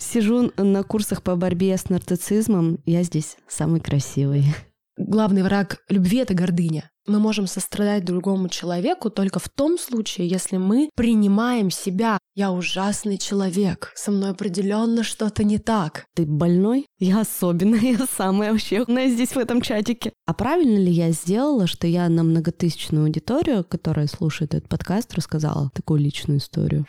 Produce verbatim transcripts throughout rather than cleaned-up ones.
сижу на курсах по борьбе с нарциссизмом, я здесь самый красивый. Главный враг любви — это гордыня. Мы можем сострадать другому человеку только в том случае, если мы принимаем себя. Я ужасный человек, со мной определенно что-то не так. Ты больной? Я особенная, я самая вообще умная здесь в этом чатике. А правильно ли я сделала, что я на многотысячную аудиторию, которая слушает этот подкаст, рассказала такую личную историю?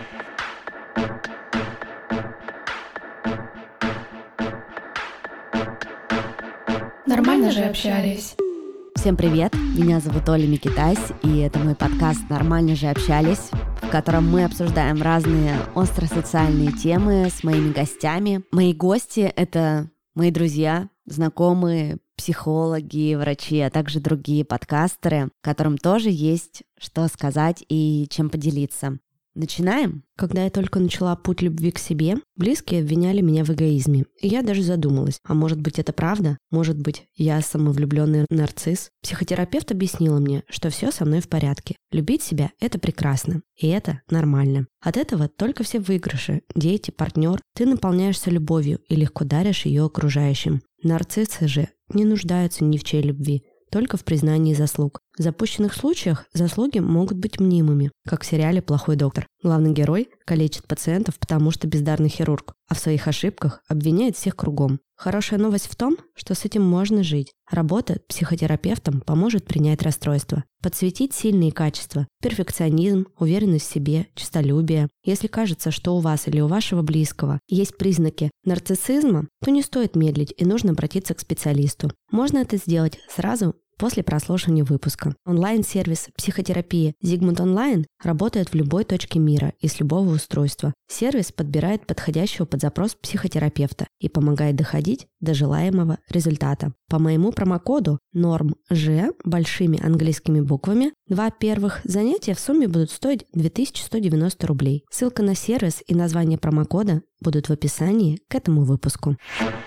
Нормально же общались. Всем привет, меня зовут Оля Микитась, и это мой подкаст «Нормально же общались», в котором мы обсуждаем разные остросоциальные темы с моими гостями. Мои гости — это мои друзья, знакомые, психологи, врачи, а также другие подкастеры, которым тоже есть что сказать и чем поделиться. Начинаем? Когда я только начала путь любви к себе, близкие обвиняли меня в эгоизме. И я даже задумалась, а может быть это правда? Может быть, я самовлюбленный нарцисс? Психотерапевт объяснила мне, что все со мной в порядке. Любить себя — это прекрасно. И это нормально. От этого только все выигрыши. Дети, партнер. Ты наполняешься любовью и легко даришь ее окружающим. Нарциссы же не нуждаются ни в чьей любви, только в признании заслуг. В запущенных случаях заслуги могут быть мнимыми, как в сериале «Плохой доктор». Главный герой калечит пациентов, потому что бездарный хирург, а в своих ошибках обвиняет всех кругом. Хорошая новость в том, что с этим можно жить. Работа психотерапевтом поможет принять расстройство, подсветить сильные качества – перфекционизм, уверенность в себе, честолюбие. Если кажется, что у вас или у вашего близкого есть признаки нарциссизма, то не стоит медлить и нужно обратиться к специалисту. Можно это сделать сразу после прослушивания выпуска. Онлайн-сервис психотерапии Zigmund Online работает в любой точке мира и с любого устройства. Сервис подбирает подходящего под запрос психотерапевта и помогает доходить до желаемого результата. По моему промокоду норм.ж большими английскими буквами два первых занятия в сумме будут стоить две тысячи сто девяносто рублей. Ссылка на сервис и название промокода будут в описании к этому выпуску.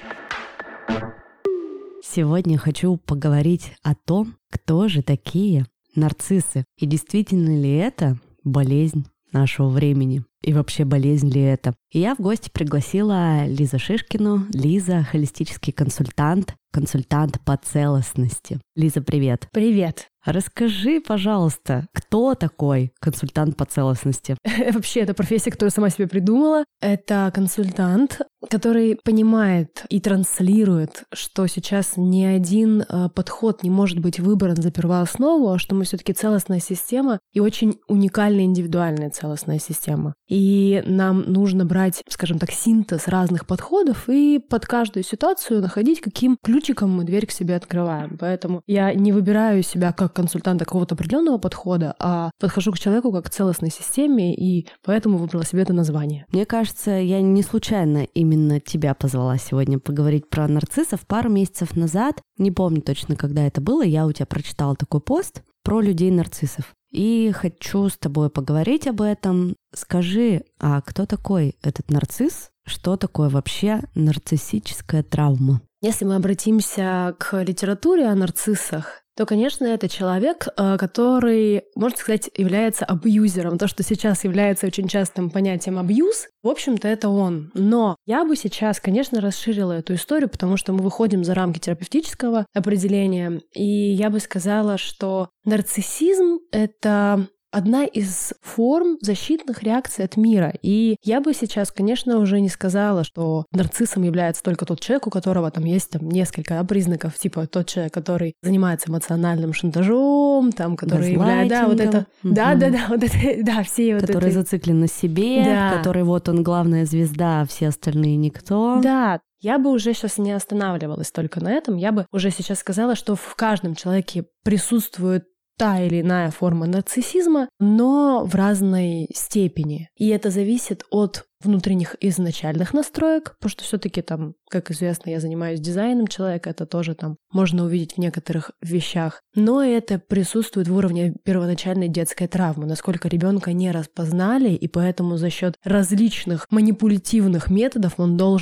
Сегодня хочу поговорить о том, кто же такие нарциссы. И действительно ли это болезнь нашего времени? И вообще болезнь ли это? И я в гости пригласила Лизу Шишкину. Лиза — холистический консультант, консультант по целостности. Лиза, привет. Привет. Расскажи, пожалуйста, кто такой консультант по целостности? Вообще, это профессия, которую сама себе придумала. Это консультант, который понимает и транслирует, что сейчас ни один э, подход не может быть выбран за первооснову, а что мы все-таки целостная система и очень уникальная индивидуальная целостная система. И нам нужно брать, скажем так, синтез разных подходов и под каждую ситуацию находить, каким ключиком мы дверь к себе открываем. Поэтому я не выбираю себя как консультанта какого-то определенного подхода, а подхожу к человеку как к целостной системе, и поэтому выбрала себе это название. Мне кажется, я не случайно именно тебя позвала сегодня поговорить про нарциссов. Пару месяцев назад, не помню точно, когда это было, я у тебя прочитала такой пост про людей-нарциссов. И хочу с тобой поговорить об этом. Скажи, а кто такой этот нарцисс? Что такое вообще нарциссическая травма? Если мы обратимся к литературе о нарциссах, то, конечно, это человек, который, можно сказать, является абьюзером. То, что сейчас является очень частым понятием абьюз, в общем-то, это он. Но я бы сейчас, конечно, расширила эту историю, потому что мы выходим за рамки терапевтического определения. И я бы сказала, что нарциссизм — это одна из форм защитных реакций от мира. И я бы сейчас, конечно, уже не сказала, что нарциссом является только тот человек, у которого там есть там несколько да, признаков, типа тот человек, который занимается эмоциональным шантажом, там, который является... Да, вот это... Угу. Да, да, да, вот это... Да, все вот Который это... зациклен на себе, да. Который вот он главная звезда, а все остальные никто. Да, я бы уже сейчас не останавливалась только на этом. Я бы уже сейчас сказала, что в каждом человеке присутствует та или иная форма нарциссизма, но в разной степени. И это зависит от внутренних изначальных настроек, потому что все-таки там, как известно, я занимаюсь дизайном человека, это тоже там можно увидеть в некоторых вещах. Но это присутствует в уровне первоначальной детской травмы, насколько ребенка не распознали, и поэтому за счет различных манипулятивных методов он должен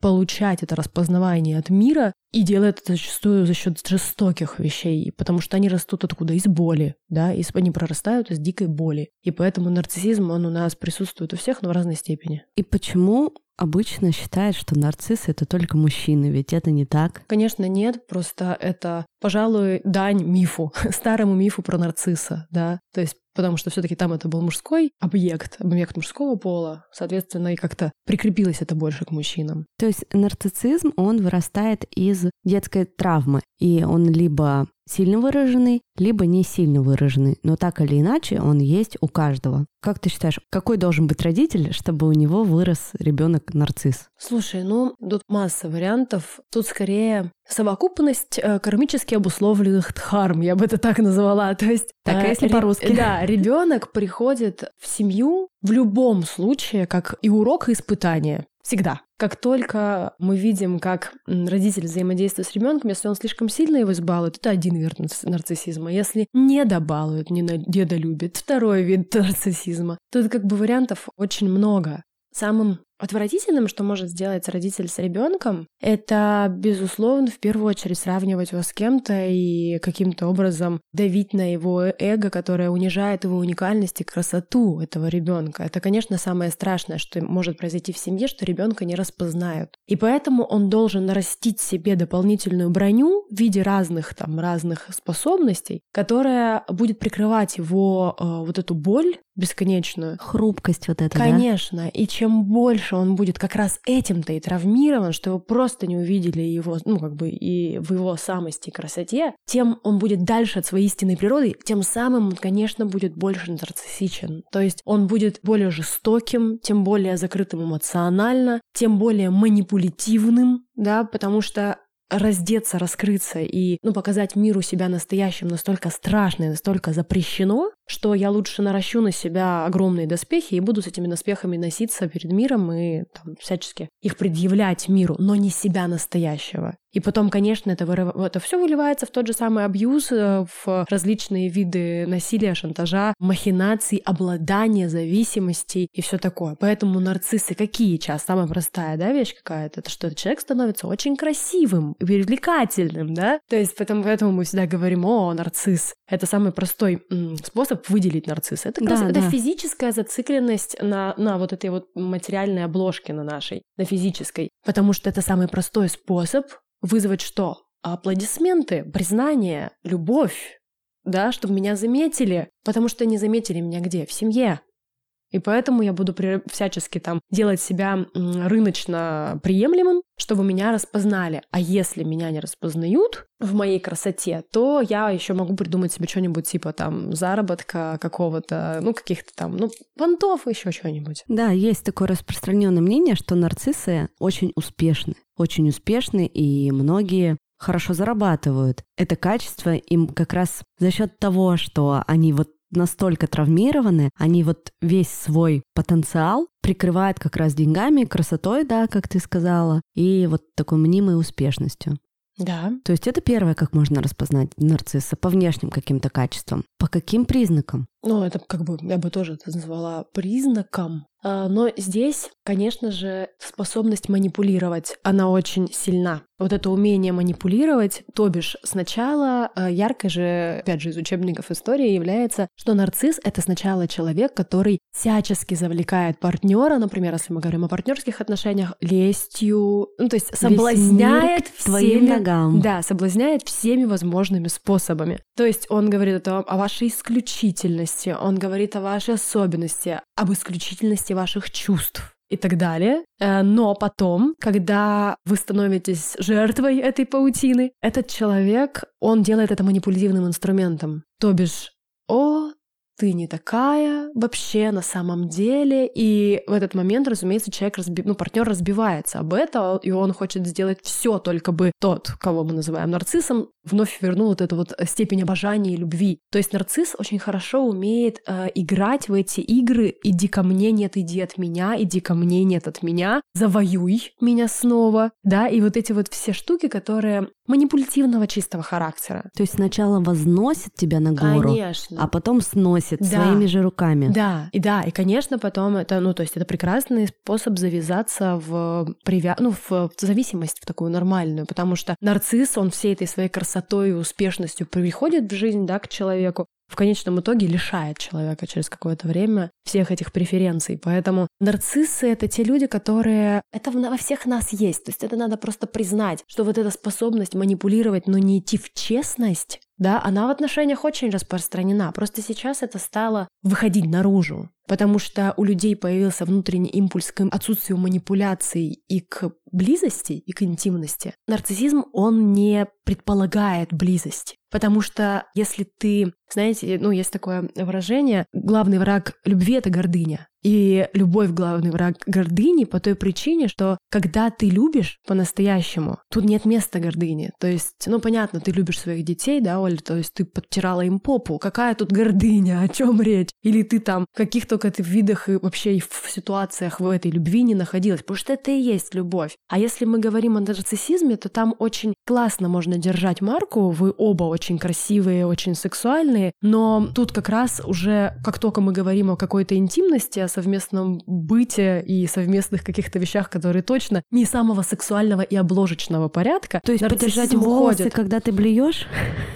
получать это распознавание от мира и делает это зачастую за счет жестоких вещей, потому что они растут откуда? Из боли, да, из, они прорастают из дикой боли. И поэтому нарциссизм, он у нас присутствует у всех, но в разной степени. И почему обычно считают, что нарциссы — это только мужчины, ведь это не так? Конечно, нет, просто это, пожалуй, дань мифу, старому мифу про нарцисса, да, то есть потому что все-таки там это был мужской объект, объект мужского пола, соответственно, и как-то прикрепилось это больше к мужчинам. То есть нарциссизм, он вырастает из детской травмы, и он либо сильно выраженный, либо не сильно выраженный, но так или иначе он есть у каждого. Как ты считаешь, какой должен быть родитель, чтобы у него вырос ребенок-нарцисс? Слушай, ну тут масса вариантов. Тут скорее совокупность э, кармически обусловленных дхарм, я бы это так назвала. То есть, так, э, если ре- по-русски. Да, ребенок приходит в семью в любом случае как и урок, и испытание. Всегда. Как только мы видим, как родитель взаимодействует с ребенком, если он слишком сильно его избалует, это один вид нарциссизма. Если не добалует, не недолюбит, второй вид нарциссизма. Тут как бы вариантов очень много. Самым отвратительным, что может сделать родитель с ребенком, это, безусловно, в первую очередь сравнивать его с кем-то и каким-то образом давить на его эго, которое унижает его уникальность и красоту этого ребенка. Это, конечно, самое страшное, что может произойти в семье, что ребенка не распознают. И поэтому он должен нарастить себе дополнительную броню в виде разных там разных способностей, которая будет прикрывать его э, вот эту боль бесконечную. Хрупкость вот эта, Конечно. Да? И чем больше он будет как раз этим-то и травмирован, что его просто не увидели его, ну, как бы и в его самости и красоте, тем он будет дальше от своей истинной природы, тем самым он, конечно, будет больше нарциссичен. То есть он будет более жестоким, тем более закрытым эмоционально, тем более манипулятивным, да, потому что раздеться, раскрыться и, ну, показать миру себя настоящим настолько страшно и настолько запрещено, что я лучше наращу на себя огромные доспехи и буду с этими доспехами носиться перед миром и там, всячески их предъявлять миру, но не себя настоящего. И потом, конечно, это, вырыв... это все выливается в тот же самый абьюз, в различные виды насилия, шантажа, махинаций, обладания, зависимостей и все такое. Поэтому нарциссы какие часто? Самая простая, да, вещь какая-то, это что человек становится очень красивым и привлекательным, да? То есть поэтому, поэтому мы всегда говорим: о, нарцисс. Это самый простой м, способ выделить нарцисса. Это, да, это да. физическая зацикленность на, на вот этой вот материальной обложке на нашей, на физической. Потому что это самый простой способ вызвать что? Аплодисменты, признание, любовь, да, чтобы меня заметили. Потому что не заметили меня где? В семье. И поэтому я буду при... всячески там делать себя рыночно приемлемым, чтобы меня распознали. А если меня не распознают в моей красоте, то я еще могу придумать себе что-нибудь типа там заработка какого-то, ну, каких-то там, ну, понтов, еще что-нибудь. Да, есть такое распространенное мнение, что нарциссы очень успешны. Очень успешны, и многие хорошо зарабатывают. Это качество им как раз за счет того, что они вот настолько травмированы, они вот весь свой потенциал прикрывают как раз деньгами, красотой, да, как ты сказала, и вот такой мнимой успешностью. Да. То есть это первое, как можно распознать нарцисса по внешним каким-то качествам. По каким признакам? Ну, это как бы, я бы тоже это назвала признаком. Но здесь, конечно же, способность манипулировать, она очень сильна. Вот это умение манипулировать, то бишь сначала ярко же, опять же, из учебников истории является, что нарцисс — это сначала человек, который всячески завлекает партнера, например, если мы говорим о партнерских отношениях, лестью, ну, то есть соблазняет всеми, ногам. Да, соблазняет всеми возможными способами. То есть он говорит о, о вашей исключительности, он говорит о вашей особенности, об исключительности ваших чувств и так далее. Но потом, когда вы становитесь жертвой этой паутины, этот человек, он делает это манипулятивным инструментом. То бишь, о, ты не такая вообще на самом деле. И в этот момент, разумеется, человек, разби... ну, партнер разбивается об это, и он хочет сделать все, только бы тот, кого мы называем нарциссом, вновь вернул вот эту вот степень обожания и любви. То есть нарцисс очень хорошо умеет э, играть в эти игры «иди ко мне, нет, иди от меня, иди ко мне, нет, от меня, завоюй меня снова», да, и вот эти вот все штуки, которые манипулятивного чистого характера. То есть сначала возносит тебя на гору, конечно, а потом сносит да. своими же руками. Да, и да, и, конечно, потом это, ну, то есть это прекрасный способ завязаться в, привя... ну, в зависимость в такую нормальную, потому что нарцисс, он всей этой своей красотой и успешностью приходит в жизнь, да, к человеку, в конечном итоге лишает человека через какое-то время всех этих преференций. Поэтому нарциссы — это те люди, которые... Это во всех нас есть. То есть это надо просто признать, что вот эта способность манипулировать, но не идти в честность, да, она в отношениях очень распространена. Просто сейчас это стало выходить наружу, потому что у людей появился внутренний импульс к отсутствию манипуляций и к близости, и к интимности. Нарциссизм, он не предполагает близость. Потому что если ты, знаете, ну, есть такое выражение, главный враг любви — это гордыня. И любовь — главный враг гордыни по той причине, что когда ты любишь по-настоящему, тут нет места гордыни. То есть, ну, понятно, ты любишь своих детей, да, Оля, то есть ты подтирала им попу. Какая тут гордыня? О чем речь? Или ты там в каких только ты видах и вообще в ситуациях в этой любви не находилась? Потому что это и есть любовь. А если мы говорим о нарциссизме, то там очень классно можно держать марку. Вы оба очень красивые, очень сексуальные, но тут как раз уже, как только мы говорим о какой-то интимности, о совместном быте и совместных каких-то вещах, которые точно не самого сексуального и обложечного порядка. То есть подержать волосы, уходит. Когда ты блюешь?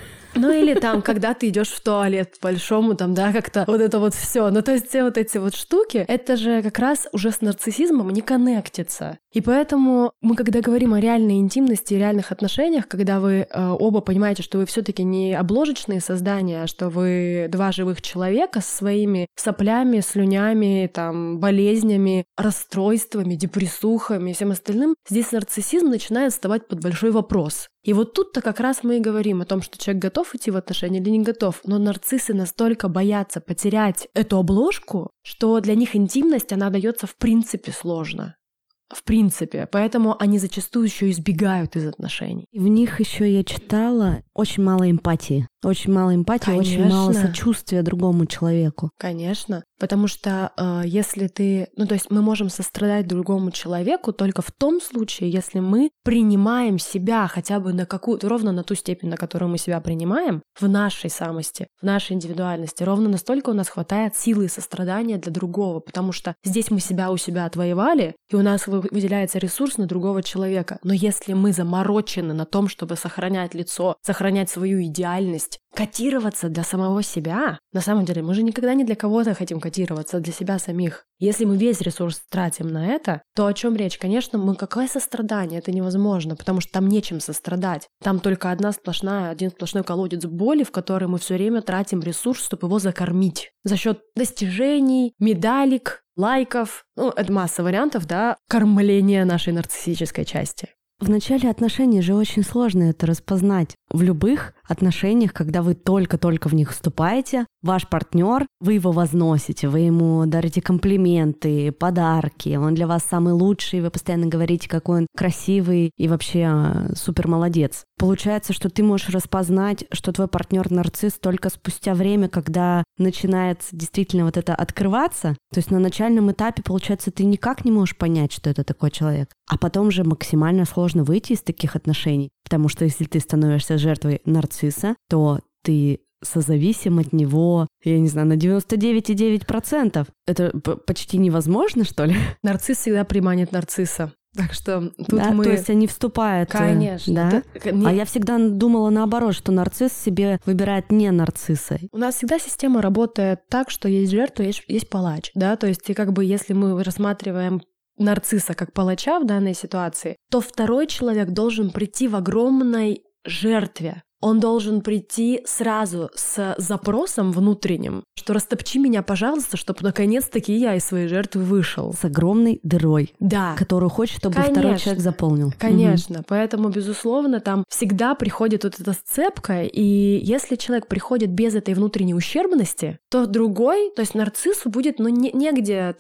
Ну или там, когда ты идешь в туалет большому, там, да, как-то вот это вот все. Ну то есть все вот эти вот штуки, это же как раз уже с нарциссизмом не коннектится. И поэтому мы, когда говорим о реальной интимности и реальных отношениях, когда вы э, оба понимаете, что вы все-таки не обложечные создания, а что вы два живых человека с своими соплями, слюнями, там, болезнями, расстройствами, депрессухами и всем остальным, здесь нарциссизм начинает вставать под большой вопрос. И вот тут-то как раз мы и говорим о том, что человек готов идти в отношения или не готов, но нарциссы настолько боятся потерять эту обложку, что для них интимность, она дается в принципе сложно. В принципе. Поэтому они зачастую еще избегают из отношений. И в них еще я читала очень мало эмпатии. Очень мало эмпатии, Конечно. Очень мало сочувствия другому человеку. Конечно. Потому что э, если ты... Ну, то есть мы можем сострадать другому человеку только в том случае, если мы принимаем себя хотя бы на какую-то... Ровно на ту степень, на которую мы себя принимаем, в нашей самости, в нашей индивидуальности. Ровно настолько у нас хватает силы и сострадания для другого. Потому что здесь мы себя у себя отвоевали, и у нас выделяется ресурс на другого человека. Но если мы заморочены на том, чтобы сохранять лицо, сохранять свою идеальность, котироваться для самого себя, на самом деле мы же никогда не для кого-то хотим котироваться, а для себя самих. Если мы весь ресурс тратим на это, то о чем речь? Конечно, мы какое сострадание? Это невозможно, потому что там нечем сострадать. Там только одна сплошная, один сплошной колодец боли, в который мы все время тратим ресурс, чтобы его закормить. За счет достижений, медалек, лайков. Ну, это масса вариантов, да, кормления нашей нарциссической части. В начале отношений же очень сложно это распознать. В любых отношениях, когда вы только-только в них вступаете, ваш партнер, вы его возносите, вы ему дарите комплименты, подарки, он для вас самый лучший, вы постоянно говорите, какой он красивый и вообще супер молодец. Получается, что ты можешь распознать, что твой партнер нарцисс только спустя время, когда начинает действительно вот это открываться. То есть на начальном этапе, получается, ты никак не можешь понять, что это такой человек. А потом же максимально сложно выйти из таких отношений, потому что если ты становишься жертвой нарцисса, то ты созависим от него, я не знаю, на девяносто девять целых девять десятых процента. Это почти невозможно, что ли? Нарцисс всегда приманит нарцисса. Так что тут да, мы... То есть они вступают... Конечно. Да? Это... Не... А я всегда думала наоборот, что нарцисс себе выбирает не нарцисса. У нас всегда система работает так, что есть жертва, есть, есть палач. Да? То есть и как бы если мы рассматриваем нарцисса как палача в данной ситуации, то второй человек должен прийти в огромной жертве. Он должен прийти сразу с запросом внутренним, что растопчи меня, пожалуйста, чтобы наконец-таки я из своей жертвы вышел. С огромной дырой, да. Которую хочет, чтобы Конечно. Второй человек заполнил. Конечно. Угу. Поэтому, безусловно, там всегда приходит вот эта сцепка, и если человек приходит без этой внутренней ущербности, то другой, то есть нарциссу будет, ну, не, негде там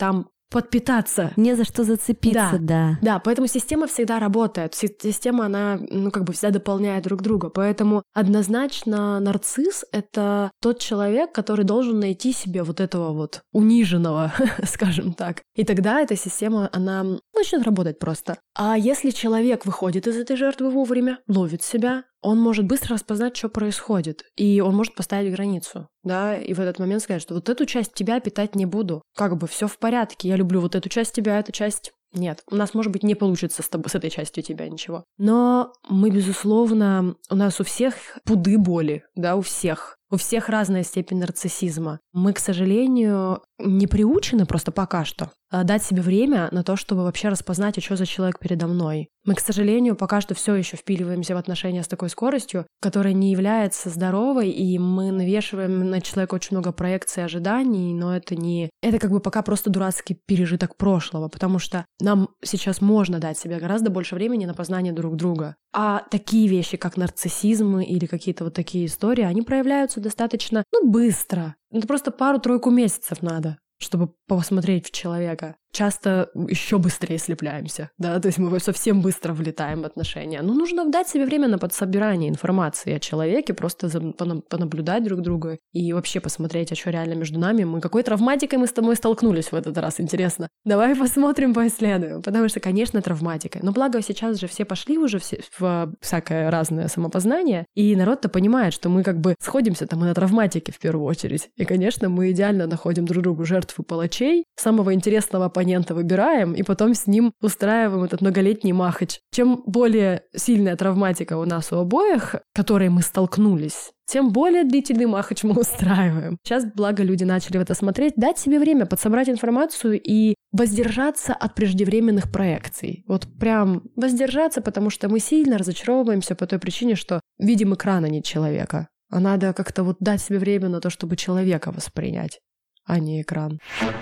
подпитаться. Не за что зацепиться, да. Да, да, поэтому система всегда работает. Система, она, ну, как бы всегда дополняет друг друга. Поэтому однозначно нарцисс — это тот человек, который должен найти себе вот этого вот униженного, скажем так. И тогда эта система, она начнет работать просто. А если человек выходит из этой жертвы вовремя, ловит себя, он может быстро распознать, что происходит, и он может поставить границу, да, и в этот момент сказать, что вот эту часть тебя питать не буду, как бы все в порядке, я люблю вот эту часть тебя, эту часть нет. У нас, может быть, не получится с, тобой, с этой частью тебя ничего. Но мы, безусловно, у нас у всех пуды боли, да, у всех. У всех разная степень нарциссизма. Мы, к сожалению, не приучены просто пока что дать себе время на то, чтобы вообще распознать, а что за человек передо мной. Мы, к сожалению, пока что все еще впиливаемся в отношения с такой скоростью, которая не является здоровой, и мы навешиваем на человека очень много проекций, ожиданий, но это не... Это как бы пока просто дурацкий пережиток прошлого, потому что нам сейчас можно дать себе гораздо больше времени на познание друг друга. А такие вещи, как нарциссизм или какие-то вот такие истории, они проявляются достаточно, ну, быстро. Это просто пару-тройку месяцев надо, чтобы посмотреть в человека. Часто еще быстрее слепляемся, да, то есть мы совсем быстро влетаем в отношения. Ну, нужно дать себе время на подсобирание информации о человеке, просто понаблюдать друг друга и вообще посмотреть, а что реально между нами. Мы какой травматикой мы с тобой столкнулись в этот раз, интересно. Давай посмотрим, поисследуем, потому что, конечно, травматика. Но благо сейчас же все пошли уже все в всякое разное самопознание, и народ-то понимает, что мы как бы сходимся там и на травматике в первую очередь. И, конечно, мы идеально находим друг другу жертв и палачей, самого интересного оппонента выбираем, и потом с ним устраиваем этот многолетний махач. Чем более сильная травматика у нас у обоих, которой мы столкнулись, тем более длительный махач мы устраиваем. Сейчас, благо, люди начали в это смотреть, дать себе время, подсобрать информацию и воздержаться от преждевременных проекций. Вот прям воздержаться, потому что мы сильно разочаровываемся по той причине, что видим экран, а не человека. А надо как-то вот дать себе время на то, чтобы человека воспринять, а не экран.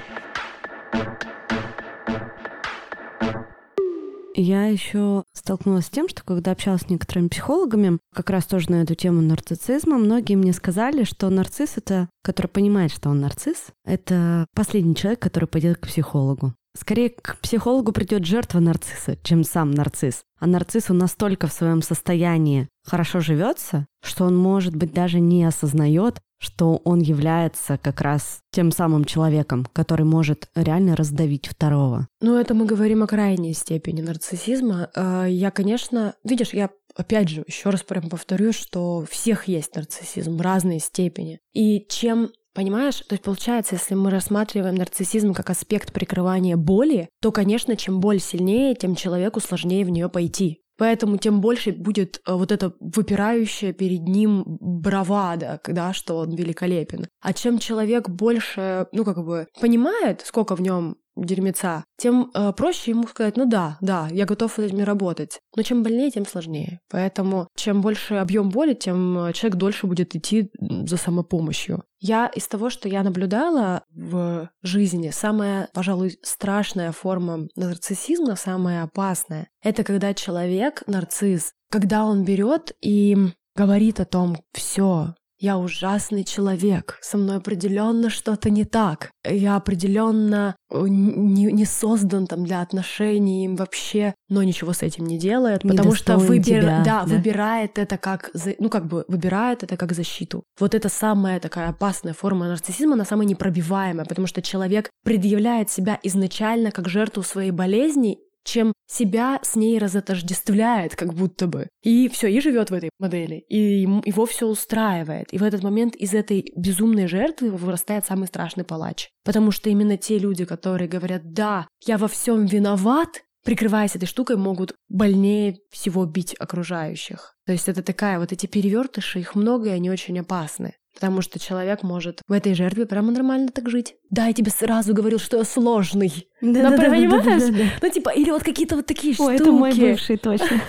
Я еще столкнулась с тем, что когда общалась с некоторыми психологами, как раз тоже на эту тему нарциссизма, многие мне сказали, что нарцисс — это, который понимает, что он нарцисс, это последний человек, который пойдет к психологу. Скорее, к психологу придет жертва нарцисса, чем сам нарцисс. А нарциссу настолько в своем состоянии хорошо живется, что он, может быть, даже не осознает, что он является как раз тем самым человеком, который может реально раздавить второго. Ну, это мы говорим о крайней степени нарциссизма. Я, конечно, видишь, я опять же еще раз прям повторю, что у всех есть нарциссизм в разной степени. И чем... Понимаешь? То есть получается, если мы рассматриваем нарциссизм как аспект прикрывания боли, то, конечно, чем боль сильнее, тем человеку сложнее в нее пойти. Поэтому тем больше будет вот это выпирающее перед ним бравада, да, что он великолепен. А чем человек больше, ну, как бы понимает, сколько в нем дерьмеца, тем э, проще ему сказать, ну да, да, я готов с этим работать. Но чем больнее, тем сложнее. Поэтому чем больше объем боли, тем человек дольше будет идти за самопомощью. Я из того, что я наблюдала в жизни, самая, пожалуй, страшная форма нарциссизма, самая опасная, это когда человек, нарцисс, когда он берет и говорит о том, все. Я ужасный человек, со мной определенно что-то не так. Я определенно не, не создан там для отношений вообще, но ничего с этим не делает, потому что выбир... тебя, да, да? выбирает это как, ну как бы выбирает это как защиту. Вот это самая такая опасная форма нарциссизма, она самая непробиваемая, потому что человек предъявляет себя изначально как жертву своей болезни, чем себя с ней разотождествляет, как будто бы. И все, и живет в этой модели. И его все устраивает. И в этот момент из этой безумной жертвы вырастает самый страшный палач. Потому что именно те люди, которые говорят, да, я во всем виноват, прикрываясь этой штукой, могут больнее всего бить окружающих. То есть это такая, вот эти перевертыши, их много, и они очень опасны. Потому что человек может в этой жертве прямо нормально так жить. Да, я тебе сразу говорил, что я сложный. Да, да, да, понимаешь? да, да, да, да. Ну, типа, или вот какие-то вот такие штуки. Ой, это мой бывший, точно.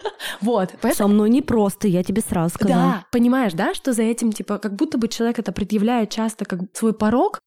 Вот. Со мной не просто, я тебе сразу сказала. Да, понимаешь, да, что за этим, типа, как будто бы человек это предъявляет часто как свой порог,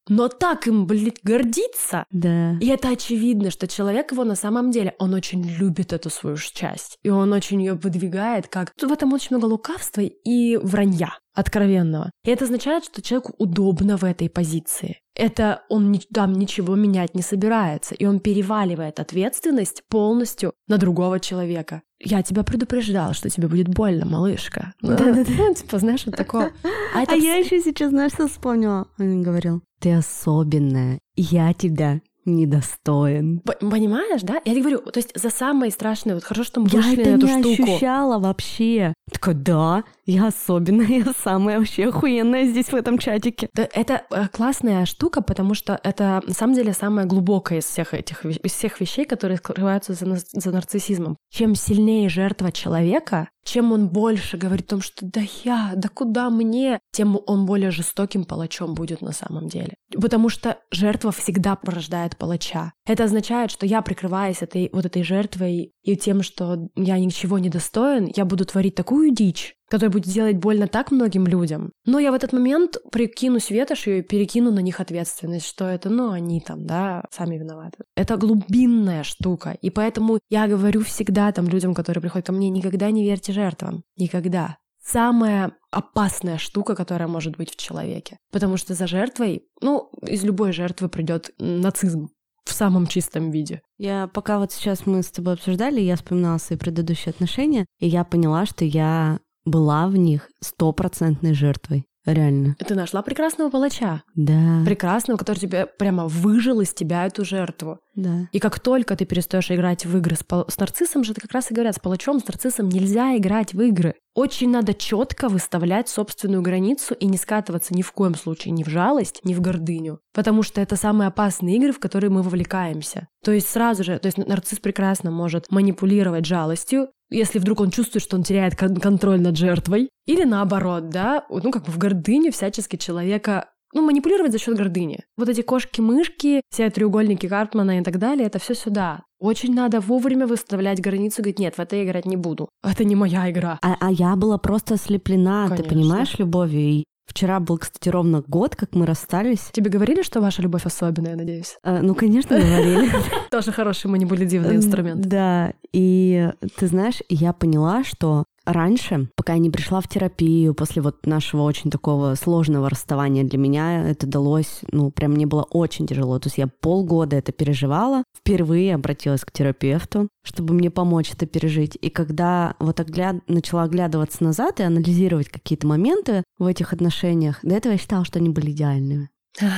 но так им, блин, гордится. Да. И это очевидно, что человек его на самом деле, он очень любит эту свою часть, и он очень ее выдвигает как... В этом очень много лукавства и вранья откровенного. И это означает, что человеку удобно в этой позиции. Это он ни, там ничего менять не собирается, и он переваливает ответственность полностью на другого человека. Я тебя предупреждала, что тебе будет больно, малышка. Да-да-да. Типа, знаешь, вот такое. А, а я еще сейчас, знаешь, что вспомнила? Он говорил, ты особенная, я тебя недостоин. Понимаешь, да? Я тебе говорю, то есть за самое страшное, вот хорошо, что мы я вышли это на эту не штуку. Я ощущала вообще. Такая, да, я особенная, я самая вообще охуенная здесь в этом чатике. Это классная штука, потому что это на самом деле самая глубокая из всех этих из всех вещей, которые скрываются за, за нарциссизмом. Чем сильнее жертва человека, чем он больше говорит о том, что да я, да куда мне, тем он более жестоким палачом будет на самом деле. Потому что жертва всегда порождает палача. Это означает, что я, прикрываясь этой, вот этой жертвой и тем, что я ничего не достоин, я буду творить такую дичь, которая будет делать больно так многим людям. Но я в этот момент прикинусь ветошью и перекину на них ответственность, что это, ну, они там, да, сами виноваты. Это глубинная штука. И поэтому я говорю всегда там людям, которые приходят ко мне, никогда не верьте жертвам. Никогда. Самая опасная штука, которая может быть в человеке. Потому что за жертвой, ну, из любой жертвы придет нацизм. В самом чистом виде. Я пока вот сейчас мы с тобой обсуждали, я вспоминала свои предыдущие отношения, и я поняла, что я была в них стопроцентной жертвой. Реально. Ты нашла прекрасного палача. Да. Прекрасного, который тебе прямо выжил из тебя эту жертву. Да. И как только ты перестаешь играть в игры с, пал... с нарциссом, же это как раз и говорят, с палачом, с нарциссом нельзя играть в игры. Очень надо четко выставлять собственную границу и не скатываться ни в коем случае ни в жалость, ни в гордыню. Потому что это самые опасные игры, в которые мы вовлекаемся. То есть сразу же, то есть нарцисс прекрасно может манипулировать жалостью, если вдруг он чувствует, что он теряет кон- контроль над жертвой. Или наоборот, да, ну как бы в гордыне всячески человека, ну, манипулировать за счет гордыни. Вот эти кошки-мышки, все треугольники Картмана и так далее, это все сюда. Очень надо вовремя выставлять границу и говорить, нет, в это играть не буду. Это не моя игра. А, а я была просто ослеплена, Конечно. Ты понимаешь, любовью. И вчера был, кстати, ровно год, как мы расстались. Тебе говорили, что ваша любовь особенная, я надеюсь? А, ну, конечно, говорили. Тоже хороший манипулятивный инструмент. Да, и ты знаешь, я поняла, что раньше, пока я не пришла в терапию, после вот нашего очень такого сложного расставания, для меня это далось, ну, прям мне было очень тяжело. То есть я полгода это переживала, впервые обратилась к терапевту, чтобы мне помочь это пережить. И когда вот огляд... начала оглядываться назад и анализировать какие-то моменты в этих отношениях, до этого я считала, что они были идеальными.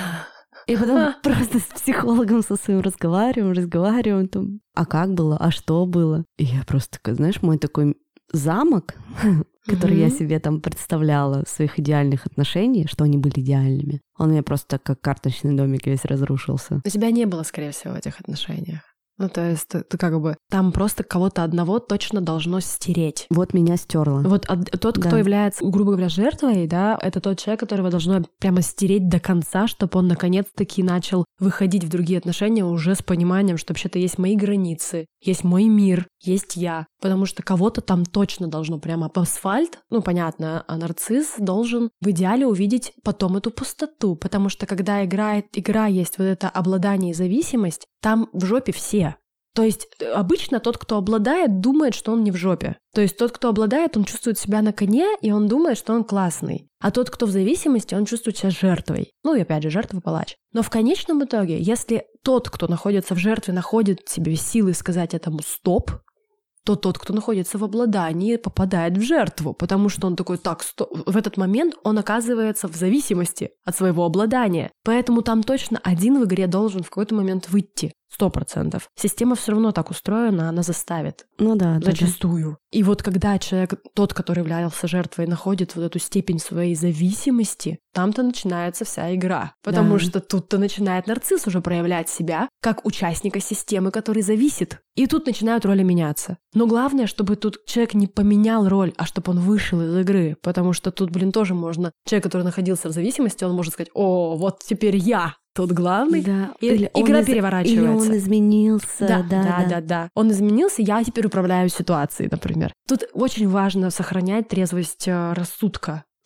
И потом просто с психологом со своим разговариваем, разговариваем, там, а как было, а что было? И я просто такая, знаешь, мой такой замок, который mm-hmm. я себе там представляла, своих идеальных отношений, что они были идеальными, он у меня просто как карточный домик весь разрушился. У тебя не было, скорее всего, в этих отношениях. Ну, то есть, ты, ты как бы... Там просто кого-то одного точно должно стереть. Вот меня стерло. Вот а, тот, кто да. является, грубо говоря, жертвой, да, это тот человек, которого должно прямо стереть до конца, чтобы он наконец-таки начал выходить в другие отношения уже с пониманием, что вообще-то есть мои границы, есть мой мир, есть я. Потому что кого-то там точно должно прямо по асфальт, ну, понятно, а нарцисс должен в идеале увидеть потом эту пустоту. Потому что когда играет, игра есть вот это обладание и зависимость, там в жопе все. То есть обычно тот, кто обладает, думает, что он не в жопе. То есть тот, кто обладает, он чувствует себя на коне, и он думает, что он классный. А тот, кто в зависимости, он чувствует себя жертвой. Ну и опять же, жертва-палач. Но в конечном итоге, если тот, кто находится в жертве, находит в себе силы сказать этому «стоп», то тот, кто находится в обладании, попадает в жертву, потому что он такой, так, стоп. В этот момент он оказывается в зависимости от своего обладания. Поэтому там точно один в игре должен в какой-то момент выйти. Сто процентов. Система все равно так устроена, она заставит. Ну да, зачастую. Да. И вот когда человек, тот, который являлся жертвой, находит вот эту степень своей зависимости, там-то начинается вся игра. Потому да. что тут-то начинает нарцисс уже проявлять себя как участника системы, который зависит. И тут начинают роли меняться. Но главное, чтобы тут человек не поменял роль, а чтобы он вышел из игры. Потому что тут, блин, тоже можно... Человек, который находился в зависимости, он может сказать, о, вот теперь я тут главный, да. и или игра из... переворачивается. Или он изменился. Да, да, да, да, да. Он изменился, я теперь управляю ситуацией, например. Тут очень важно сохранять трезвость рассудка.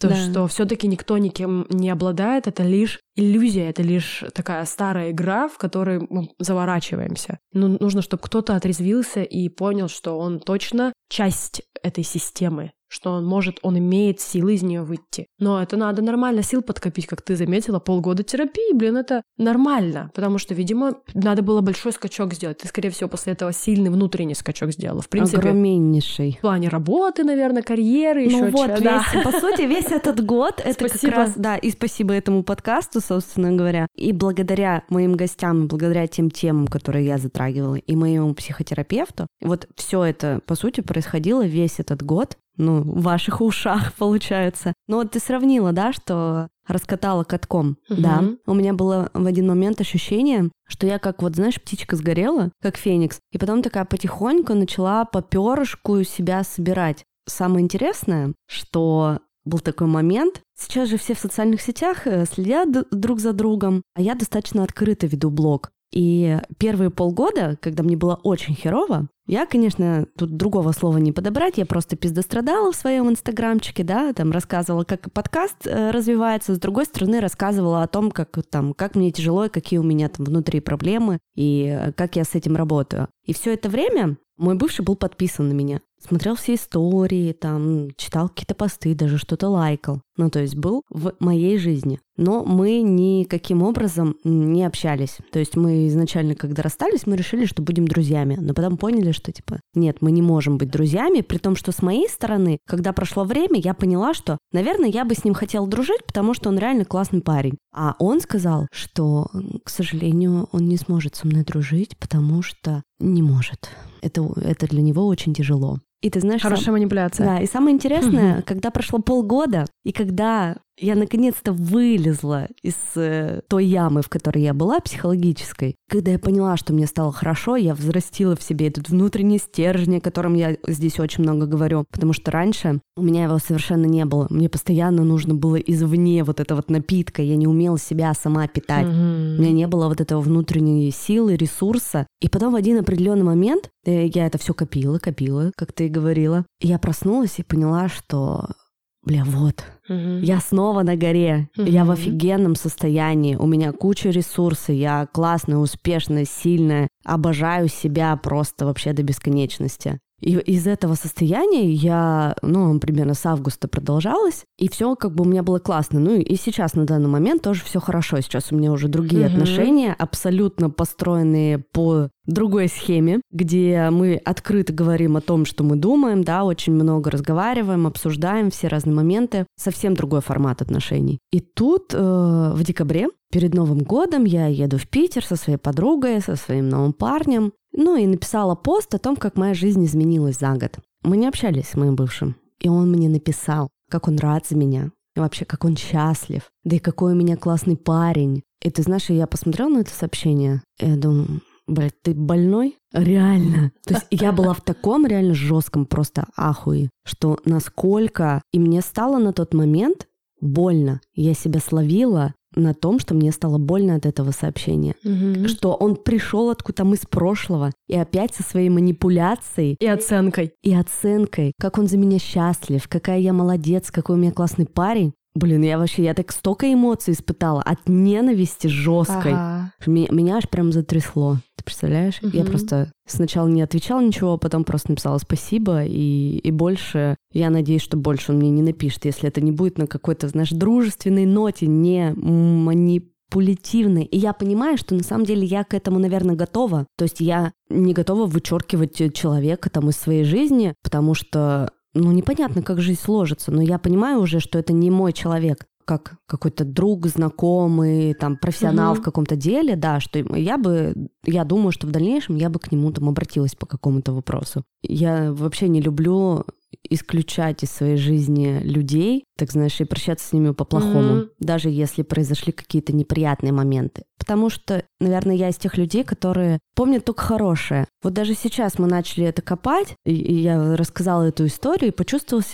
То, Да. что все-таки никто никем не обладает, это лишь иллюзия, это лишь такая старая игра, в которой мы заворачиваемся. Ну, нужно, чтобы кто-то отрезвился и понял, что он точно часть этой системы, что он может, он имеет силы из нее выйти. Но это надо нормально сил подкопить, как ты заметила, полгода терапии, блин, это нормально, потому что, видимо, надо было большой скачок сделать. Ты, скорее всего, после этого сильный внутренний скачок сделала. В принципе, Огромнейший. в плане работы, наверное, карьеры, Ну еще вот, чё- весь, да. по сути, весь этот год, это как Спасибо. раз, да, и спасибо этому подкасту, собственно говоря, и благодаря моим гостям, и благодаря тем темам, которые я затрагивала, и моему психотерапевту, вот все это, по сути, происходило весь этот год, ну, в ваших ушах, получается. Но вот ты сравнила, да, что раскатала катком, Мгм. да. У меня было в один момент ощущение, что я как вот, знаешь, птичка сгорела, как феникс, и потом такая потихоньку начала по перышку себя собирать. Самое интересное, что был такой момент, сейчас же все в социальных сетях э, следят д- друг за другом, а я достаточно открыто веду блог. И первые полгода, когда мне было очень херово, я, конечно, тут другого слова не подобрать, я просто пиздострадала в своем инстаграмчике, да, там рассказывала, как подкаст э, развивается, с другой стороны рассказывала о том, как, там, как мне тяжело и какие у меня там внутри проблемы, и э, как я с этим работаю. И все это время мой бывший был подписан на меня. Смотрел все истории, там, читал какие-то посты, даже что-то лайкал. Ну, то есть был в моей жизни. Но мы никаким образом не общались. То есть мы изначально, когда расстались, мы решили, что будем друзьями. Но потом поняли, что, типа, нет, мы не можем быть друзьями. При том, что с моей стороны, когда прошло время, я поняла, что, наверное, я бы с ним хотела дружить, потому что он реально классный парень. А он сказал, что, к сожалению, он не сможет со мной дружить, потому что не может. Это, это для него очень тяжело. И ты знаешь... Хорошая сам... манипуляция. Да, и самое интересное, Мгм. когда прошло полгода, и когда я наконец-то вылезла из э, той ямы, в которой я была, психологической, когда я поняла, что мне стало хорошо, я взрастила в себе этот внутренний стержень, о котором я здесь очень много говорю, потому что раньше у меня его совершенно не было. Мне постоянно нужно было извне вот это вот напитка, я не умела себя сама питать. Мгм. У меня не было вот этого внутренней силы, ресурса. И потом в один определенный момент э, я это все копила, копила, как ты и говорила. И я проснулась и поняла, что, бля, вот, Мгм. я снова на горе, я в Мгм. офигенном состоянии, у меня куча ресурсов, я классная, успешная, сильная, обожаю себя просто вообще до бесконечности. И из этого состояния я, ну, примерно с августа продолжалось, и все как бы у меня было классно. Ну и сейчас на данный момент тоже все хорошо. Сейчас у меня уже другие Мгм. отношения, абсолютно построенные по другой схеме, где мы открыто говорим о том, что мы думаем, да, очень много разговариваем, обсуждаем все разные моменты. Совсем другой формат отношений. И тут э, в декабре, перед Новым годом, я еду в Питер со своей подругой, со своим новым парнем. Ну и написала пост о том, как моя жизнь изменилась за год. Мы не общались с моим бывшим. И он мне написал, как он рад за меня. И вообще, как он счастлив. Да и какой у меня классный парень. И ты знаешь, я посмотрела на это сообщение, и я думаю, блядь, ты больной? Реально. То есть я была в таком реально жестком просто ахуе, что насколько... И мне стало на тот момент больно. Я себя словила на том, что мне стало больно от этого сообщения. Мгм. Что он пришел откуда там из прошлого и опять со своей манипуляцией И оценкой. и оценкой, как он за меня счастлив, какая я молодец, какой у меня классный парень. Блин, я вообще, я так столько эмоций испытала от ненависти жесткой. Ага. Меня, меня аж прям затрясло. Ты представляешь? Мгм. Я просто сначала не отвечала ничего, а потом просто написала спасибо, и, и больше, я надеюсь, что больше он мне не напишет, если это не будет на какой-то, знаешь, дружественной ноте, не манипулятивной. И я понимаю, что на самом деле я к этому, наверное, готова. То есть я не готова вычеркивать человека там из своей жизни, потому что, ну, непонятно, как жизнь сложится, но я понимаю уже, что это не мой человек. Как какой-то друг, знакомый, там, профессионал Мгм. в каком-то деле, да, что я бы, я думаю, что в дальнейшем я бы к нему там обратилась по какому-то вопросу. Я вообще не люблю исключать из своей жизни людей, так знаешь, и прощаться с ними по-плохому, Мгм. даже если произошли какие-то неприятные моменты. Потому что, наверное, я из тех людей, которые помнят только хорошее. Вот даже сейчас мы начали это копать, и и я рассказала эту историю и почувствовала себя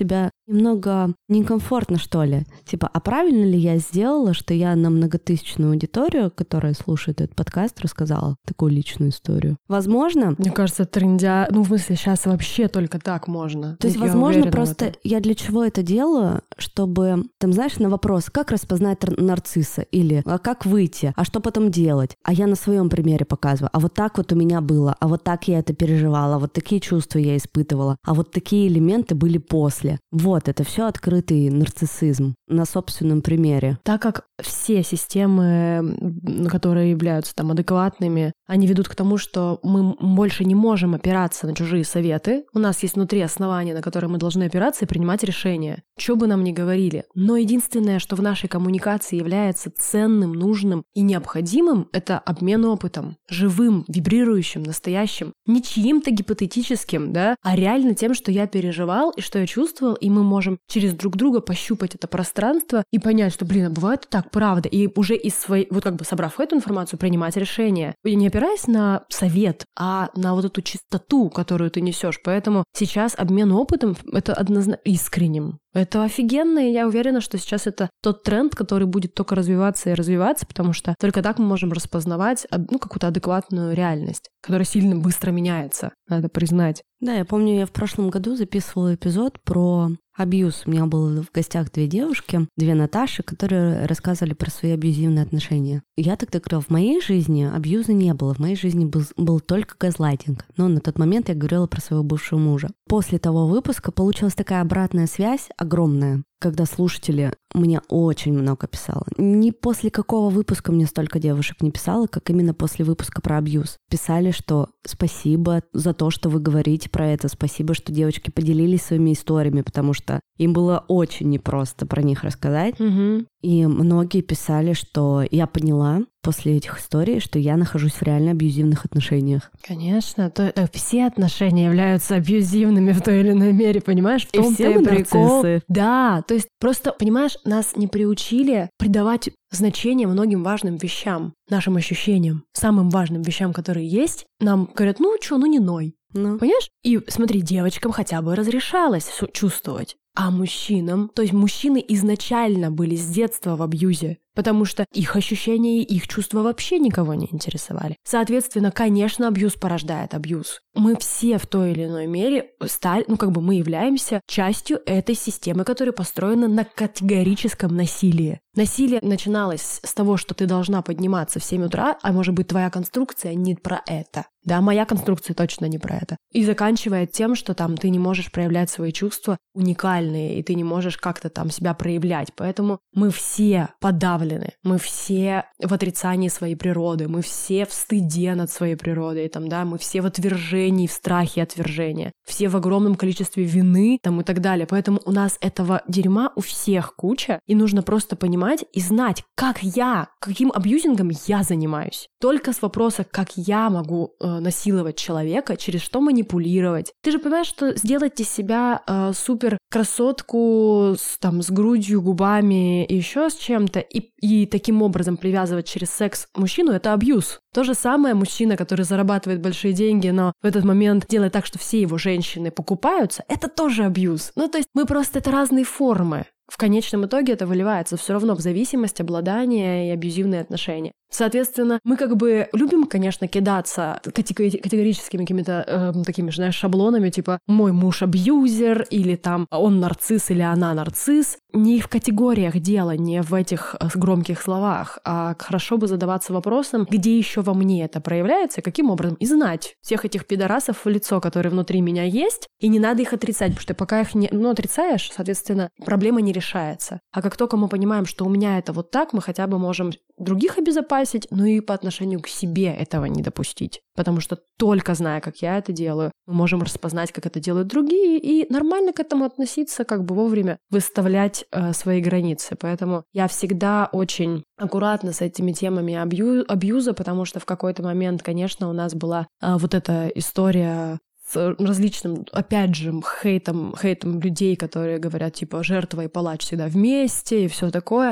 немного некомфортно, что ли. Типа, а правильно ли я сделала, что я на многотысячную аудиторию, которая слушает этот подкаст, рассказала такую личную историю? Возможно... Мне кажется, трендя... Ну, в смысле, сейчас вообще только так можно. То есть, я возможно, просто я для чего это делаю, чтобы, там, знаешь, на вопрос, как распознать нарцисса, или а как выйти, а что потом делать? А я на своем примере показываю. А вот так вот у меня было, а вот так я это переживала, а вот такие чувства я испытывала, а вот такие элементы были после. Вот, это все открытый нарциссизм на собственном примере. Так как все системы, которые являются там адекватными, они ведут к тому, что мы больше не можем опираться на чужие советы. У нас есть внутри основания, на которые мы должны опираться и принимать решения. Что бы нам ни говорили. Но единственное, что в нашей коммуникации является ценным, нужным и необходимым, это обмен опытом. Живым, вибрирующим, настоящим. Не чьим-то гипотетическим, да, а реально тем, что я переживал и что я чувствовал, и мы можем через друг друга пощупать это пространство и понять, что, блин, а бывает так, правда. И уже из своей, вот как бы собрав эту информацию, принимать решение. И не опираясь на совет, а на вот эту чистоту, которую ты несешь. Поэтому сейчас обмен опытом — это однозначно искренним. Это офигенно, и я уверена, что сейчас это тот тренд, который будет только развиваться и развиваться, потому что только так мы можем распознавать, ну, какую-то адекватную реальность, которая сильно быстро меняется, надо признать. Да, я помню, я в прошлом году записывала эпизод про абьюз. У меня было в гостях две девушки, две Наташи, которые рассказывали про свои абьюзивные отношения. Я тогда говорила, в моей жизни абьюза не было, в моей жизни был, был только газлайтинг. Но на тот момент я говорила про своего бывшего мужа. После того выпуска получилась такая обратная связь огромная, когда слушатели мне очень много писало. Не после какого выпуска мне столько девушек не писало, как именно после выпуска про абьюз. Писали, что спасибо за то, что вы говорите про это, спасибо, что девочки поделились своими историями, потому что им было очень непросто про них рассказать. Угу. И многие писали, что я поняла после этих историй, что я нахожусь в реально абьюзивных отношениях. Конечно, то, э, все отношения являются абьюзивными в той или иной мере, понимаешь? В И том-то все и мы прикол. нарциссы. Да, то есть просто, понимаешь, нас не приучили придавать значение многим важным вещам, нашим ощущениям, самым важным вещам, которые есть. Нам говорят, ну что, ну не ной. Ну. Понимаешь? И смотри, девочкам хотя бы разрешалось чувствовать. А мужчинам, то есть мужчины изначально были с детства в абьюзе, потому что их ощущения и их чувства вообще никого не интересовали. Соответственно, конечно, абьюз порождает абьюз. Мы все в той или иной мере стали, ну как бы мы являемся частью этой системы, которая построена на категорическом насилии. Насилие начиналось с того, что ты должна подниматься в семь утра, а может быть твоя конструкция не про это. Да, моя конструкция точно не про это. И заканчивая тем, что там ты не можешь проявлять свои чувства уникальные, и ты не можешь как-то там себя проявлять. Поэтому мы все подавлены, мы все в отрицании своей природы, мы все в стыде над своей природой, там, да, мы все в отвержении, в страхе отвержения, все в огромном количестве вины там, и так далее. Поэтому у нас этого дерьма у всех куча, и нужно просто понимать и знать, как я, каким абьюзингом я занимаюсь. Только с вопроса, как я могу э, насиловать человека, через что манипулировать. Ты же понимаешь, что сделать из себя э, супер красотку с, там, с грудью, губами и еще с чем-то, и, и таким образом привязывать через секс мужчину — это абьюз. То же самое мужчина, который зарабатывает большие деньги, но в этот момент делает так, что все его женщины покупаются, это тоже абьюз. Ну, то есть мы просто, это разные формы. В конечном итоге это выливается все равно в зависимость, обладание и абьюзивные отношения. Соответственно, мы как бы любим, конечно, кидаться категорическими какими-то э, такими, знаешь, шаблонами, типа «мой муж абьюзер» или там «он нарцисс» или «она нарцисс». Не в категориях дело, не в этих громких словах, а хорошо бы задаваться вопросом, где еще во мне это проявляется, каким образом, и знать всех этих пидорасов в лицо, которые внутри меня есть, и не надо их отрицать, потому что пока их не, ну, отрицаешь, соответственно, проблема не решается. А как только мы понимаем, что у меня это вот так, мы хотя бы можем других обезопасить, но и по отношению к себе этого не допустить. Потому что только зная, как я это делаю, мы можем распознать, как это делают другие, и нормально к этому относиться, как бы вовремя выставлять э, свои границы. Поэтому я всегда очень аккуратна с этими темами абью- абьюза, потому что в какой-то момент, конечно, у нас была э, вот эта история с различным, опять же, хейтом, хейтом людей, которые говорят, типа, жертва и палач всегда вместе и все такое.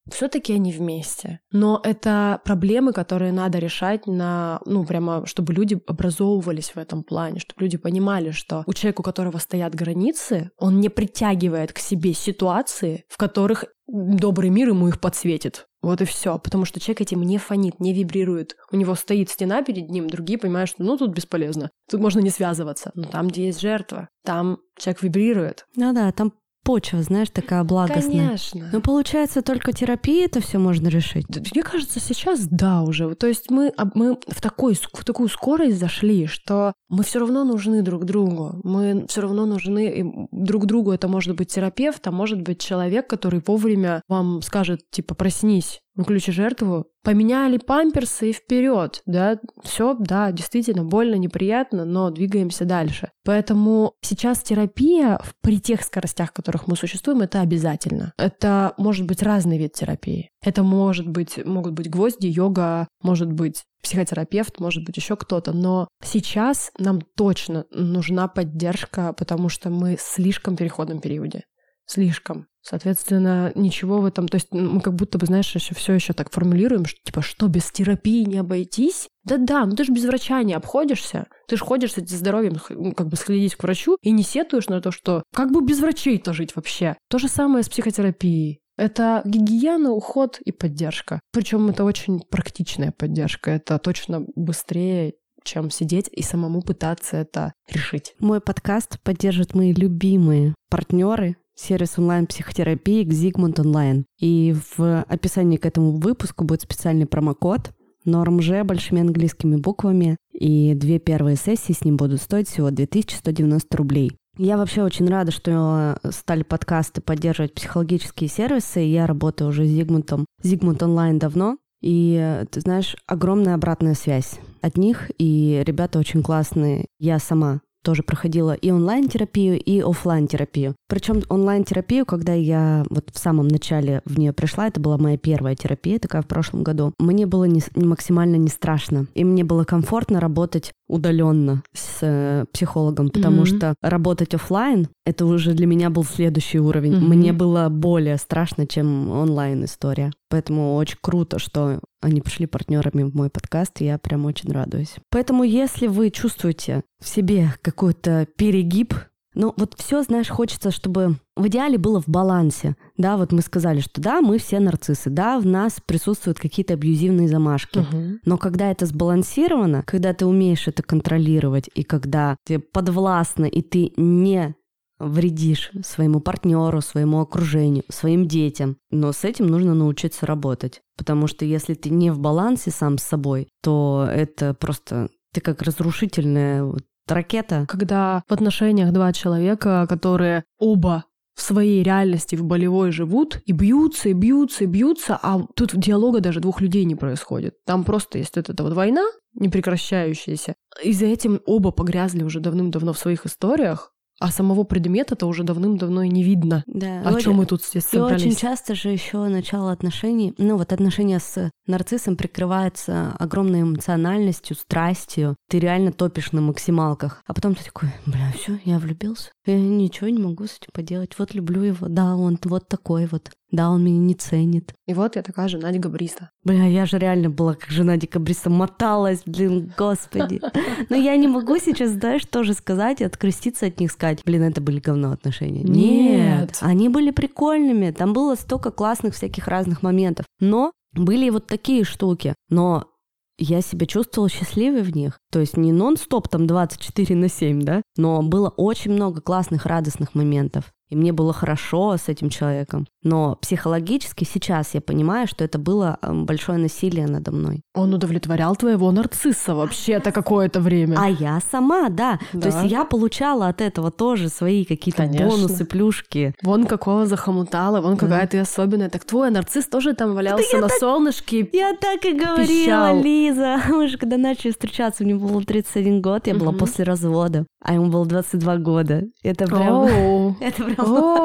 все-таки они вместе. Но это проблемы, которые надо решать на, ну, прямо, чтобы люди образовывались в этом плане, чтобы люди понимали, что у человека, у которого стоят границы, он не притягивает к себе ситуации, в которых добрый мир ему их подсветит. Вот и все, потому что человек этим не фонит, не вибрирует. У него стоит стена перед ним, другие понимают, что ну тут бесполезно, тут можно не связываться. Но там, где есть жертва, там человек вибрирует. Ну да, там почва, знаешь, такая благостная. Конечно. Ну, получается, только терапией это все можно решить. Мне кажется, сейчас да уже. То есть мы, мы в, такой, в такую скорость зашли, что мы все равно нужны друг другу. Мы все равно нужны друг другу. Это может быть терапевт, а может быть человек, который вовремя вам скажет, типа, проснись, выключи жертву, поменяли памперсы и вперед, да, все, да, действительно больно, неприятно, но двигаемся дальше. Поэтому сейчас терапия при тех скоростях, в которых мы существуем, это обязательно. Это может быть разный вид терапии. Это может быть, могут быть гвозди, йога, может быть психотерапевт, может быть еще кто-то, но сейчас нам точно нужна поддержка, потому что мы в слишком переходном периоде. Слишком. Соответственно, ничего в этом... То есть мы как будто бы, знаешь, еще все еще так формулируем, что типа, что, без терапии не обойтись? Да-да, ну ты же без врача не обходишься. Ты же ходишь с этим здоровьем, ну, как бы сходить к врачу и не сетуешь на то, что как бы без врачей-то жить вообще. То же самое с психотерапией. Это гигиена, уход и поддержка. Причем это очень практичная поддержка. Это точно быстрее, чем сидеть и самому пытаться это решить. Мой подкаст поддержат мои любимые партнеры. Сервис онлайн-психотерапии Zigmund Online. И в описании к этому выпуску будет специальный промокод НОРМЖ большими английскими буквами. И две первые сессии с ним будут стоить всего две тысячи сто девяносто рублей. Я вообще очень рада, что стали подкасты поддерживать психологические сервисы. Я работаю уже с Zigmund, Zigmund Online давно. И, ты знаешь, огромная обратная связь от них. И ребята очень классные. Я сама тоже проходила и онлайн-терапию, и офлайн-терапию. Причем онлайн-терапию, когда я вот в самом начале в нее пришла, это была моя первая терапия, такая в прошлом году, мне было не, максимально не страшно. И мне было комфортно работать удаленно с э, психологом, потому mm-hmm. что работать офлайн это уже для меня был следующий уровень. Mm-hmm. Мне было более страшно, чем онлайн-история. Поэтому очень круто, что они пришли партнерами в мой подкаст, и я прям очень радуюсь. Поэтому если вы чувствуете в себе какой-то перегиб, ну вот все, знаешь, хочется, чтобы в идеале было в балансе. Да, вот мы сказали, что да, мы все нарциссы, да, в нас присутствуют какие-то абьюзивные замашки. Uh-huh. Но когда это сбалансировано, когда ты умеешь это контролировать, и когда ты подвластна, и ты не вредишь своему партнеру, своему окружению, своим детям. Но с этим нужно научиться работать. Потому что если ты не в балансе сам с собой, то это просто ты как разрушительная вот ракета. Когда в отношениях два человека, которые оба в своей реальности, в болевой живут, и бьются, и бьются, и бьются, а тут диалога даже двух людей не происходит. Там просто есть вот эта вот война, непрекращающаяся. И за этим оба погрязли уже давным-давно в своих историях, а самого предмета-то уже давным-давно и не видно. Да. О чем мы тут здесь собрались. И очень часто же еще начало отношений, ну вот отношения с нарциссом прикрываются огромной эмоциональностью, страстью. Ты реально топишь на максималках. А потом ты такой, бля, все, я влюбился. Я ничего не могу с этим поделать. Вот люблю его. Да, он вот такой вот. Да, он меня не ценит. И вот я такая жена декабриста. Бля, я же реально была как жена декабриста, моталась, блин, господи. Но я не могу сейчас, знаешь, тоже сказать, откреститься от них, сказать, блин, это были говно отношения. Нет. Нет, они были прикольными, там было столько классных всяких разных моментов. Но были и вот такие штуки. Но я себя чувствовала счастливой в них. То есть не нон-стоп там двадцать четыре на семь, да? Но было очень много классных, радостных моментов. И мне было хорошо с этим человеком. Но психологически сейчас я понимаю, что это было большое насилие надо мной. Он удовлетворял твоего нарцисса вообще-то какое-то время. А я сама, да. да. То есть я получала от этого тоже свои какие-то Конечно. бонусы, плюшки. Вон какого захомутала, вон да. какая ты особенная. Так твой нарцисс тоже там валялся на так, солнышке. Я так и говорила, пищал. Лиза. Мы же когда начали встречаться, мне было тридцать один год, я была угу. после развода. А ему было двадцать два года. Это прям... Это прям...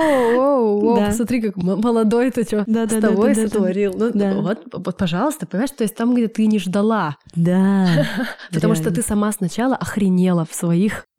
О, посмотри, как молодой ты что с тобой сотворил. Вот, пожалуйста, понимаешь, то есть там, где ты не ждала. Да. Потому что ты сама сначала охренела в своих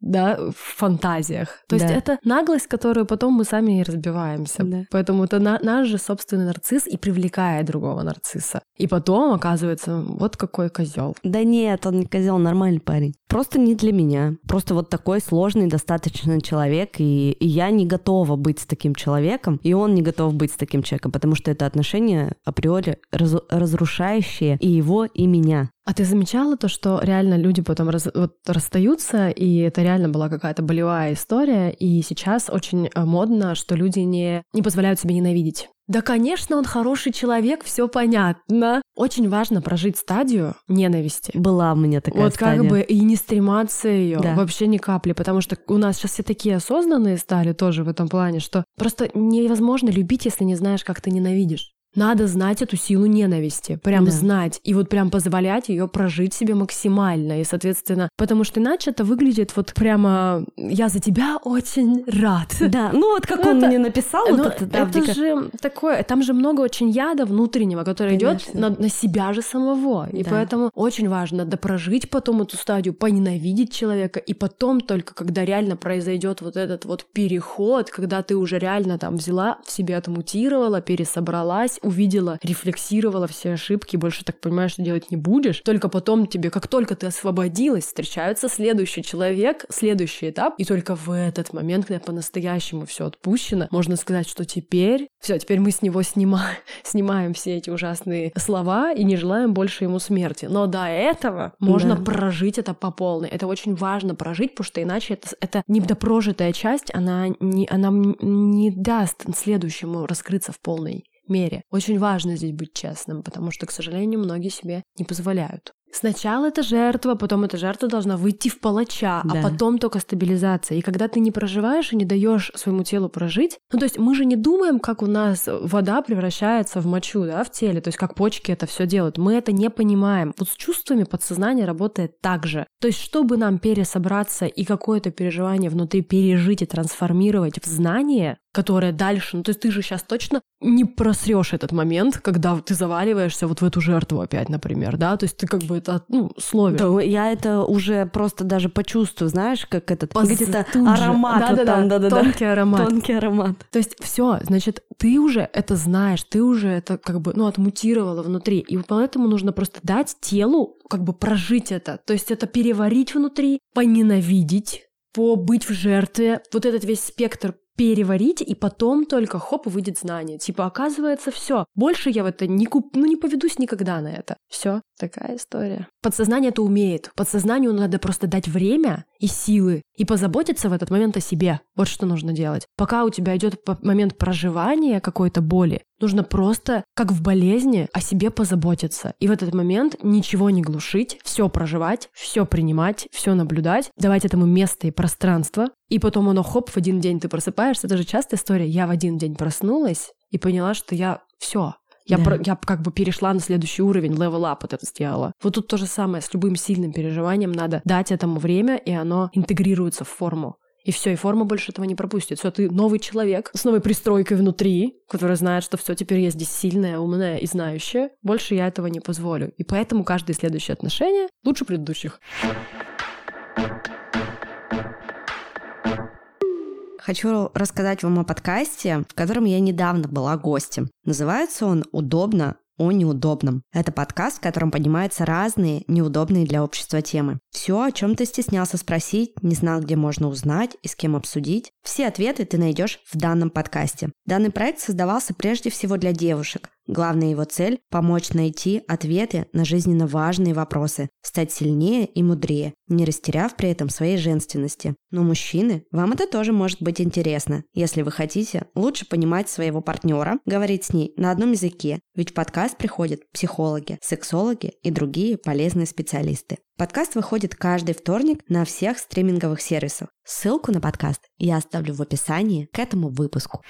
да, в фантазиях. То Да. есть это наглость, которую потом мы сами и разбиваемся. Да. Поэтому это на- наш же собственный нарцисс и привлекает другого нарцисса. И потом оказывается, вот какой козел. Да нет, он не козел, нормальный парень. Просто не для меня. Просто вот такой сложный достаточно человек, и, и я не готова быть с таким человеком, и он не готов быть с таким человеком, потому что это отношения априори раз- разрушающие и его, и меня. А ты замечала то, что реально люди потом раз- вот расстаются, и это реально была какая-то болевая история, и сейчас очень э, модно, что люди не, не позволяют себе ненавидеть. Да, конечно, он хороший человек, все понятно. Очень важно прожить стадию ненависти. Была у меня такая Вот стадия. как бы и не стрематься ее Да. вообще ни капли, потому что у нас сейчас все такие осознанные стали тоже в этом плане, что просто невозможно любить, если не знаешь, как ты ненавидишь. Надо знать эту силу ненависти, прям Да. знать, и вот прям позволять ее прожить себе максимально, и, соответственно, потому что иначе это выглядит вот прямо «я за тебя очень рад». Да, ну вот как он Это- мне написал, Ну, вот это, да, это дико- же такое, там же много очень яда внутреннего, который идет Конечно. на, на себя же самого. И Да. поэтому очень важно допрожить потом эту стадию, поненавидеть человека, и потом только, когда реально произойдет вот этот вот переход, когда ты уже реально там взяла, в себе отмутировала, пересобралась, увидела, рефлексировала все ошибки, больше так понимаешь, что делать не будешь. Только потом тебе, как только ты освободилась, встречается следующий человек, следующий этап, и только в этот момент, когда по-настоящему все отпущено, можно сказать, что теперь все, теперь мы с него снимаем, снимаем все эти ужасные слова и не желаем больше ему смерти. Но до этого можно Да. прожить это по полной. Это очень важно прожить, потому что иначе это, это недопрожитая часть, она не, она не даст следующему раскрыться в полной мере. Очень важно здесь быть честным, потому что, к сожалению, многие себе не позволяют. Сначала это жертва, потом эта жертва должна выйти в палача, Да. а потом только стабилизация. И когда ты не проживаешь и не даешь своему телу прожить, ну то есть мы же не думаем, как у нас вода превращается в мочу, да, в теле, то есть как почки это все делают. Мы это не понимаем. Вот с чувствами подсознание работает так же. То есть чтобы нам пересобраться и какое-то переживание внутри пережить и трансформировать в знание, которое дальше, ну то есть ты же сейчас точно не просрешь этот момент, когда ты заваливаешься вот в эту жертву опять, например, да, то есть ты как бы это, ну, словишь. Да, я это уже просто даже почувствую, знаешь, как этот Поз- где-то тут же. аромат вот Да-да-да, там, да-да-да. тонкий аромат. Тонкий аромат. То есть все, значит, ты уже это знаешь, ты уже это как бы, ну, отмутировала внутри. И поэтому нужно просто дать телу как бы прожить это. То есть это переварить внутри, поненавидеть, побыть в жертве. Вот этот весь спектр переварить, и потом только хоп, выйдет знание. Типа, оказывается, все. Больше я в это не куп... ну не поведусь никогда на это. Все, такая история. Подсознание это умеет. Подсознанию надо просто дать время и силы и позаботиться в этот момент о себе. Вот что нужно делать. Пока у тебя идет по- момент проживания какой-то боли, нужно просто, как в болезни, о себе позаботиться. И в этот момент ничего не глушить, все проживать, все принимать, все наблюдать, давать этому место и пространство. И потом оно хоп, в один день ты просыпаешься. Это же частая история. Я в один день проснулась и поняла, что я все. Я, Да. про- я как бы перешла на следующий уровень, level up вот это сделала. Вот тут то же самое, с любым сильным переживанием надо дать этому время, и оно интегрируется в форму. И все, и форма больше этого не пропустит. Все, ты новый человек с новой пристройкой внутри, который знает, что все теперь я здесь сильная, умная и знающая. Больше я этого не позволю. И поэтому каждое следующее отношение лучше предыдущих. Хочу рассказать вам о подкасте, в котором я недавно была гостем. Называется он «Удобно о неудобном». Это подкаст, в котором поднимаются разные неудобные для общества темы. Все, о чем ты стеснялся спросить, не знал, где можно узнать и с кем обсудить, все ответы ты найдешь в данном подкасте. Данный проект создавался прежде всего для девушек. Главная его цель – помочь найти ответы на жизненно важные вопросы, стать сильнее и мудрее, не растеряв при этом своей женственности. Но мужчины, вам это тоже может быть интересно. Если вы хотите лучше понимать своего партнера, говорить с ней на одном языке, ведь в подкаст приходят психологи, сексологи и другие полезные специалисты. Подкаст выходит каждый вторник на всех стриминговых сервисах. Ссылку на подкаст я оставлю в описании к этому выпуску.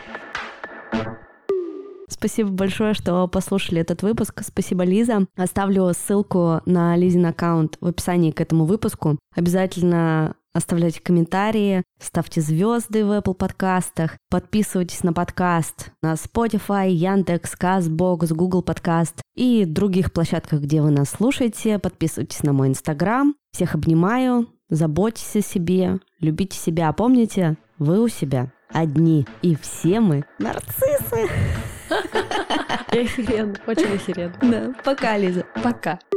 Спасибо большое, что послушали этот выпуск. Спасибо, Лиза. Оставлю ссылку на Лизин аккаунт в описании к этому выпуску. Обязательно оставляйте комментарии, ставьте звезды в Apple подкастах, подписывайтесь на подкаст на Spotify, Яндекс, Castbox, Google подкаст и других площадках, где вы нас слушаете. Подписывайтесь на мой Инстаграм. Всех обнимаю. заботьтесь о себе, любите себя. Помните, вы у себя одни, и все мы нарциссы. Охеренно, очень охеренно. Да, пока, Лиза. Пока.